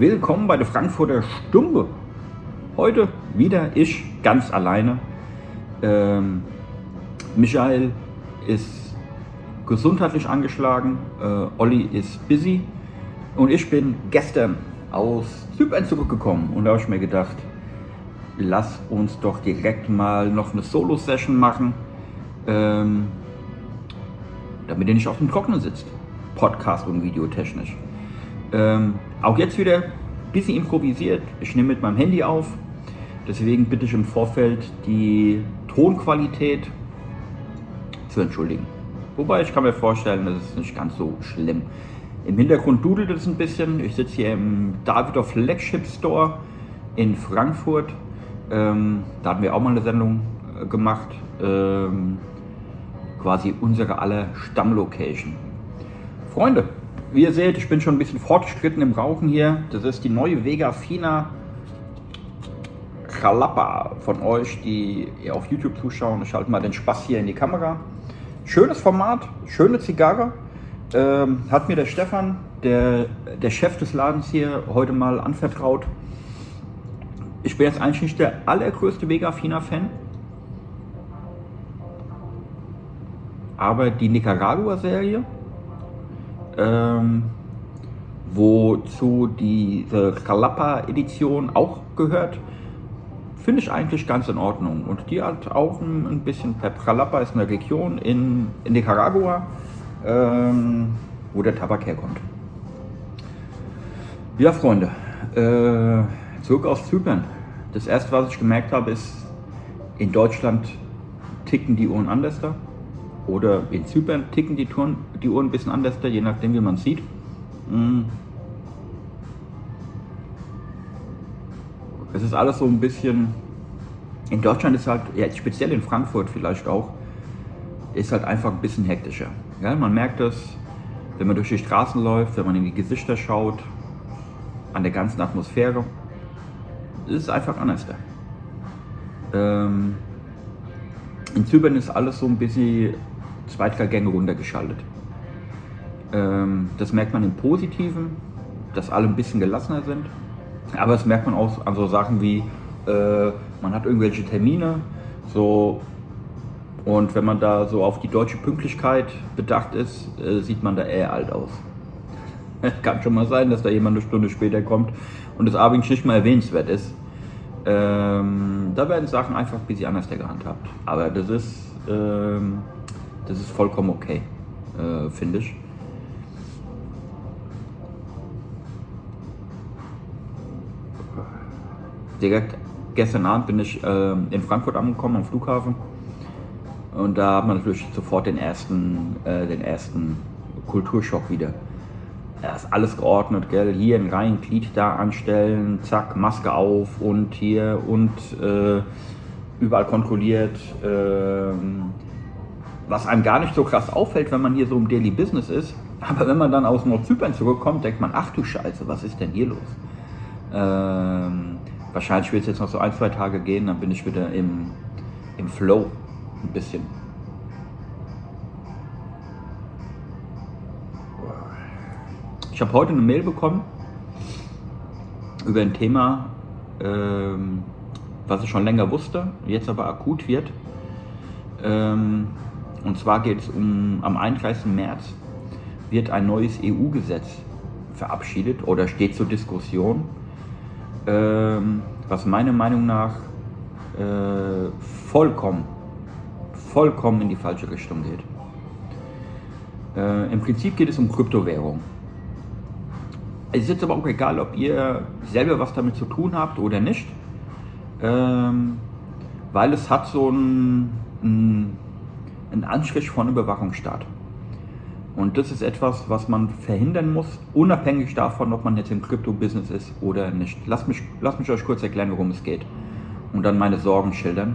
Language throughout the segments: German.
Willkommen bei der Frankfurter Stunde. Heute wieder ich ganz alleine. Michael ist gesundheitlich angeschlagen, Olli ist busy und ich bin gestern aus Zypern zurückgekommen und da habe ich mir gedacht, lass uns doch direkt mal noch eine Solo-Session machen, damit ihr nicht auf dem Trockenen sitzt, Podcast- und Videotechnisch. Auch jetzt wieder ein bisschen improvisiert. Ich nehme mit meinem Handy auf, deswegen bitte ich im Vorfeld die Tonqualität zu entschuldigen. Wobei ich kann mir vorstellen, das ist nicht ganz so schlimm. Im Hintergrund dudelt es ein bisschen. Ich sitze hier im Davidoff Flagship Store in Frankfurt. Da hatten wir auch mal eine Sendung gemacht. Quasi unsere aller Stammlocation. Freunde, wie ihr seht, ich bin schon ein bisschen fortgeschritten im Rauchen hier. Das ist die neue Vega Fina Jalapa von euch, die auf YouTube zuschauen. Ich halte mal den Spaß hier in die Kamera. Schönes Format, schöne Zigarre. Hat mir der Stefan, der Chef des Ladens hier, heute mal anvertraut. Ich bin jetzt eigentlich nicht der allergrößte Vega Fina Fan. Aber die Nicaragua-Serie, wozu diese Jalapa-Edition auch gehört, finde ich eigentlich ganz in Ordnung. Und die hat auch ein bisschen Pep. Jalapa ist eine Region in Nicaragua, wo der Tabak herkommt. Ja, Freunde, zurück aus Zypern. Das erste, was ich gemerkt habe, ist, in Deutschland ticken die Uhren anders da. Oder in Zypern ticken die Uhren ein bisschen anders, je nachdem wie man es sieht. Es ist alles so ein bisschen, in Deutschland ist halt, ja, speziell in Frankfurt vielleicht auch, ist halt einfach ein bisschen hektischer. Ja, man merkt es, wenn man durch die Straßen läuft, wenn man in die Gesichter schaut, an der ganzen Atmosphäre. Es ist einfach anders da. In Zypern ist alles so ein bisschen 2-3 Gänge runtergeschaltet. Das merkt man im Positiven, dass alle ein bisschen gelassener sind. Aber das merkt man auch an so Sachen wie, man hat irgendwelche Termine, so, und wenn man da so auf die deutsche Pünktlichkeit bedacht ist, sieht man da eher alt aus. Es kann schon mal sein, dass da jemand eine Stunde später kommt und das abends nicht mal erwähnenswert ist. Da werden Sachen einfach ein bisschen anders gehandhabt. Aber das ist vollkommen okay, finde ich. Direkt gestern Abend bin ich in Frankfurt angekommen, am Flughafen. Und da hat man natürlich sofort den ersten Kulturschock wieder. Da ist alles geordnet, gell? Hier ein Reihenglied da anstellen, zack, Maske auf und hier und überall kontrolliert. Was einem gar nicht so krass auffällt, wenn man hier so im Daily Business ist. Aber wenn man dann aus Nordzypern zurückkommt, denkt man, ach du Scheiße, was ist denn hier los? Wahrscheinlich wird es jetzt noch so 1-2 Tage gehen, dann bin ich wieder im Flow ein bisschen. Ich habe heute eine Mail bekommen über ein Thema, was ich schon länger wusste, jetzt aber akut wird. Und zwar geht es am 31. März wird ein neues EU-Gesetz verabschiedet oder steht zur Diskussion, was meiner Meinung nach vollkommen in die falsche Richtung geht. Im Prinzip geht es um Kryptowährung. Es ist jetzt aber auch egal, ob ihr selber was damit zu tun habt oder nicht, weil es hat so einen Anstrich von Überwachungsstaat. Und das ist etwas, was man verhindern muss, unabhängig davon, ob man jetzt im Krypto-Business ist oder nicht. Lasst mich euch kurz erklären, worum es geht und dann meine Sorgen schildern.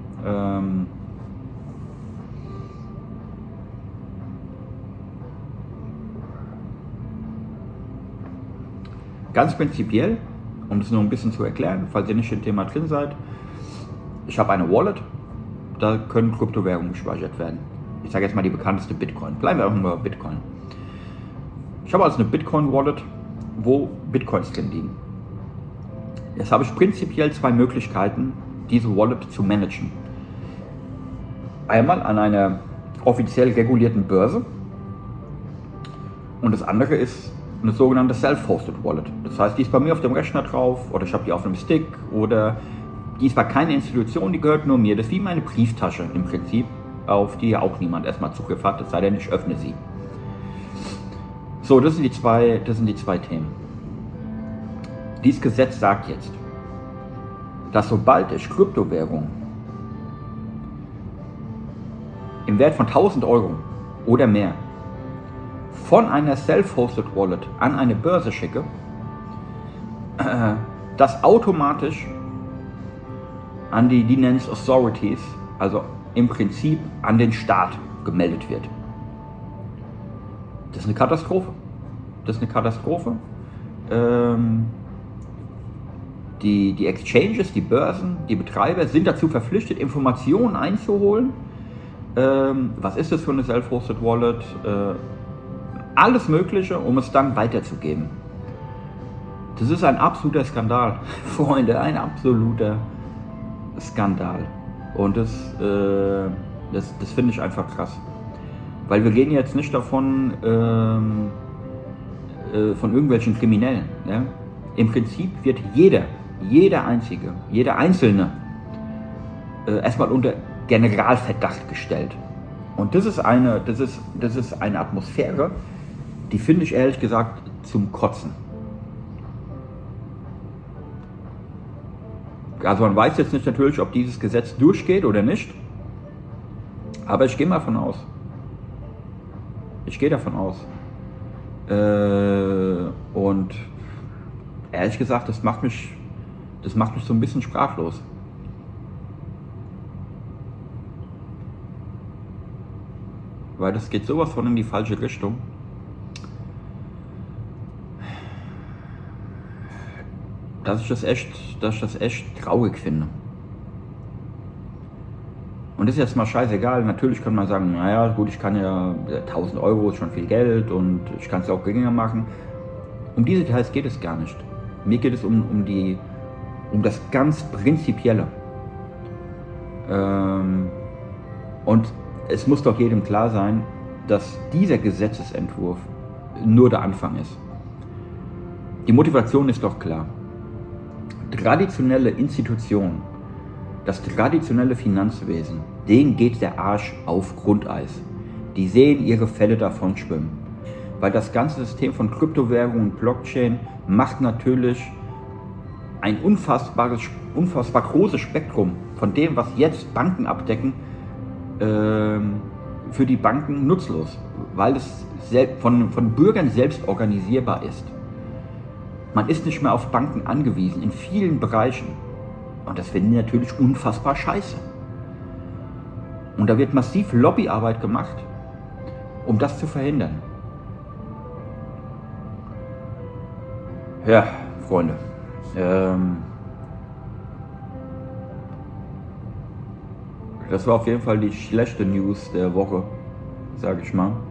Ganz prinzipiell, um das nur ein bisschen zu erklären, falls ihr nicht im Thema drin seid, ich habe eine Wallet, da können Kryptowährungen gespeichert werden. Ich sage jetzt mal die bekannteste Bitcoin. Bleiben wir einfach nur bei Bitcoin. Ich habe also eine Bitcoin-Wallet wo Bitcoins drin liegen. Jetzt habe ich prinzipiell zwei Möglichkeiten, diese Wallet zu managen. Einmal an einer offiziell regulierten Börse und das andere ist eine sogenannte Self-Hosted Wallet. Das heißt, die ist bei mir auf dem Rechner drauf oder ich habe die auf einem Stick oder die ist bei keiner Institution, die gehört nur mir. Das ist wie meine Brieftasche im Prinzip, auf die ja auch niemand erstmal Zugriff hat, es sei denn, ich öffne sie. So, das sind die zwei Themen. Dieses Gesetz sagt jetzt, dass sobald ich Kryptowährung im Wert von 1000 Euro oder mehr von einer Self-Hosted Wallet an eine Börse schicke, das automatisch an die nennen es Authorities, also im Prinzip an den Staat gemeldet wird. Das ist eine Katastrophe. Die Exchanges, die Börsen, die Betreiber sind dazu verpflichtet, Informationen einzuholen. Was ist das für eine Self-Hosted Wallet? Alles Mögliche, um es dann weiterzugeben. Das ist ein absoluter Skandal, Freunde, ein absoluter Skandal. Und das finde ich einfach krass. Weil wir reden jetzt nicht davon, von irgendwelchen Kriminellen. Ja? Im Prinzip wird jeder Einzelne erstmal unter Generalverdacht gestellt. Und das ist eine Atmosphäre, die finde ich ehrlich gesagt zum Kotzen. Also man weiß jetzt nicht natürlich, ob dieses Gesetz durchgeht oder nicht, aber ich gehe mal davon aus. Und ehrlich gesagt, das macht mich so ein bisschen sprachlos. Weil das geht sowas von in die falsche Richtung. Dass ich das echt traurig finde. Und das ist jetzt mal scheißegal. Natürlich kann man sagen, naja, gut, ich kann ja 1000 Euro ist schon viel Geld und ich kann es auch geringer machen. Um diese Details geht es gar nicht. Mir geht es um das ganz Prinzipielle. Und es muss doch jedem klar sein, dass dieser Gesetzesentwurf nur der Anfang ist. Die Motivation ist doch klar. Traditionelle Institutionen, das traditionelle Finanzwesen, denen geht der Arsch auf Grundeis. Die sehen ihre Fälle davon schwimmen. Weil das ganze System von Kryptowährungen und Blockchain macht natürlich ein unfassbar großes Spektrum von dem, was jetzt Banken abdecken, für die Banken nutzlos, weil es von Bürgern selbst organisierbar ist. Man ist nicht mehr auf Banken angewiesen, in vielen Bereichen. Und das finden die natürlich unfassbar scheiße. Und da wird massiv Lobbyarbeit gemacht, um das zu verhindern. Ja, Freunde. Das war auf jeden Fall die schlechte News der Woche, sage ich mal.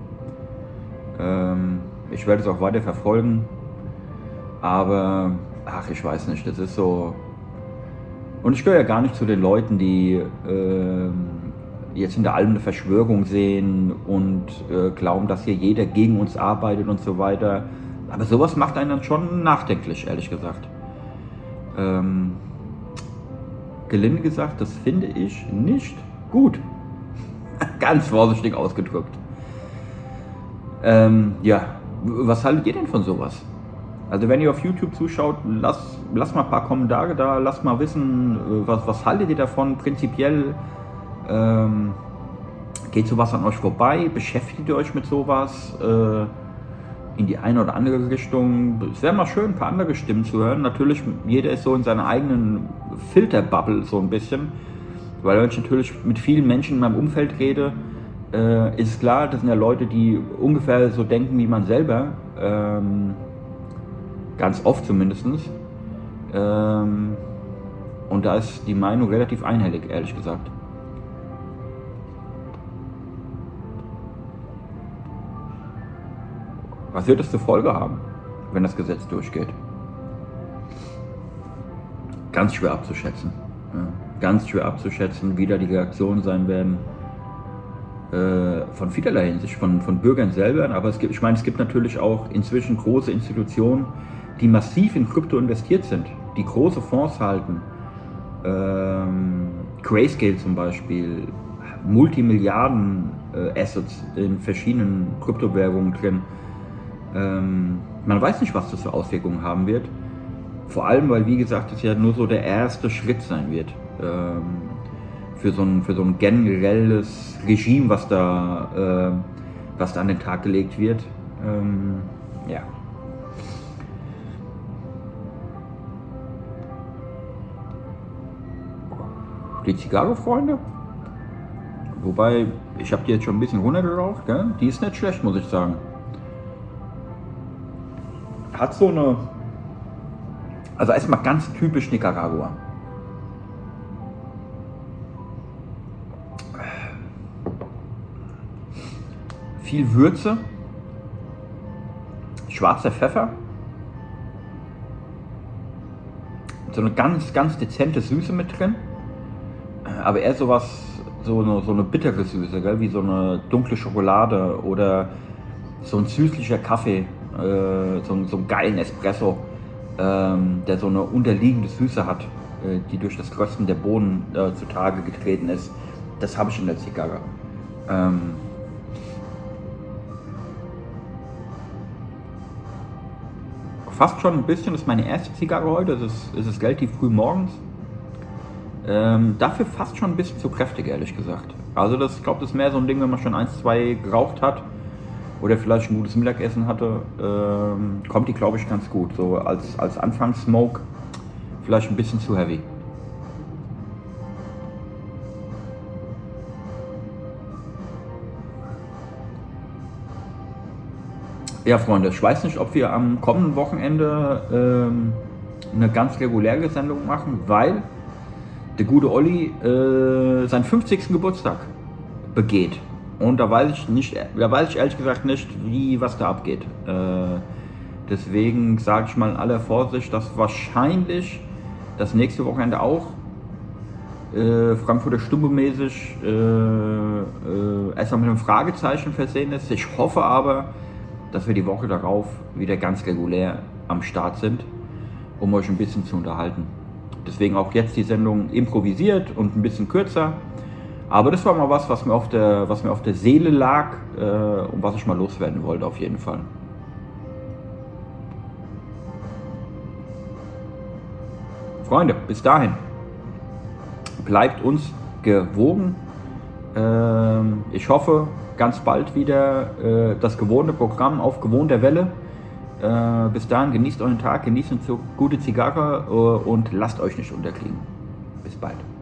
Ich werde es auch weiter verfolgen. Aber, ich weiß nicht, das ist so. Und ich gehöre ja gar nicht zu den Leuten, die jetzt hinter allem eine Verschwörung sehen und glauben, dass hier jeder gegen uns arbeitet und so weiter. Aber sowas macht einen dann schon nachdenklich, ehrlich gesagt. Gelinde gesagt, das finde ich nicht gut. Ganz vorsichtig ausgedrückt. Ja, was haltet ihr denn von sowas? Also wenn ihr auf YouTube zuschaut, lasst mal ein paar Kommentare da, lasst mal wissen, was haltet ihr davon prinzipiell. Geht sowas an euch vorbei? Beschäftigt ihr euch mit sowas in die eine oder andere Richtung? Es wäre mal schön, ein paar andere Stimmen zu hören. Natürlich, jeder ist so in seiner eigenen Filterbubble so ein bisschen. Weil wenn ich natürlich mit vielen Menschen in meinem Umfeld rede, ist es klar, das sind ja Leute, die ungefähr so denken wie man selber. Ganz oft zumindest. Und da ist die Meinung relativ einhellig, ehrlich gesagt. Was wird das zur Folge haben? wenn das Gesetz durchgeht. Ganz schwer abzuschätzen. Ja, ganz schwer abzuschätzen, wie da die Reaktionen sein werden. Von vielerlei Hinsicht, von Bürgern selber, aber es gibt natürlich auch inzwischen große Institutionen, die massiv in Krypto investiert sind, die große Fonds halten. Grayscale zum Beispiel, Multimilliarden Assets in verschiedenen Kryptowährungen drin. Man weiß nicht, was das für Auswirkungen haben wird. Vor allem, weil, wie gesagt, es ja nur so der erste Schritt sein wird. Für so ein generelles Regime, was da an den Tag gelegt wird. Ja. Die Zigarre, Freunde. Wobei, ich habe die jetzt schon ein bisschen runtergeraucht, gell? Die ist nicht schlecht, muss ich sagen. Hat so eine... Also erstmal ganz typisch Nicaragua. Viel Würze, schwarzer Pfeffer, so eine ganz, ganz dezente Süße mit drin, aber eher sowas, so eine bittere Süße, gell? Wie so eine dunkle Schokolade oder so ein süßlicher Kaffee, so einen geilen Espresso, der so eine unterliegende Süße hat, die durch das Rösten der Bohnen zutage getreten ist. Das habe ich in der Zigarre. Fast schon ein bisschen, das ist meine erste Zigarre heute, es ist relativ früh morgens. Dafür fast schon ein bisschen zu kräftig, ehrlich gesagt. Also ich glaube, das ist mehr so ein Ding, wenn man schon 1, 2 geraucht hat oder vielleicht ein gutes Mittagessen hatte, kommt die, glaube ich, ganz gut. So als Anfangssmoke vielleicht ein bisschen zu heavy. Ja, Freunde, ich weiß nicht, ob wir am kommenden Wochenende eine ganz reguläre Sendung machen, weil der gute Olli seinen 50. Geburtstag begeht. Und da weiß ich ehrlich gesagt nicht, was da abgeht. Deswegen sage ich mal in aller Vorsicht, dass wahrscheinlich das nächste Wochenende auch Frankfurter Stumpe-mäßig erstmal mit einem Fragezeichen versehen ist. Ich hoffe aber, dass wir die Woche darauf wieder ganz regulär am Start sind, um euch ein bisschen zu unterhalten. Deswegen auch jetzt die Sendung improvisiert und ein bisschen kürzer. Aber das war mal was mir auf der Seele lag und was ich mal loswerden wollte auf jeden Fall. Freunde, bis dahin. Bleibt uns gewogen. Ich hoffe, ganz bald wieder das gewohnte Programm auf gewohnter Welle. Bis dahin, genießt euren Tag, genießt eine gute Zigarre und lasst euch nicht unterkriegen. Bis bald.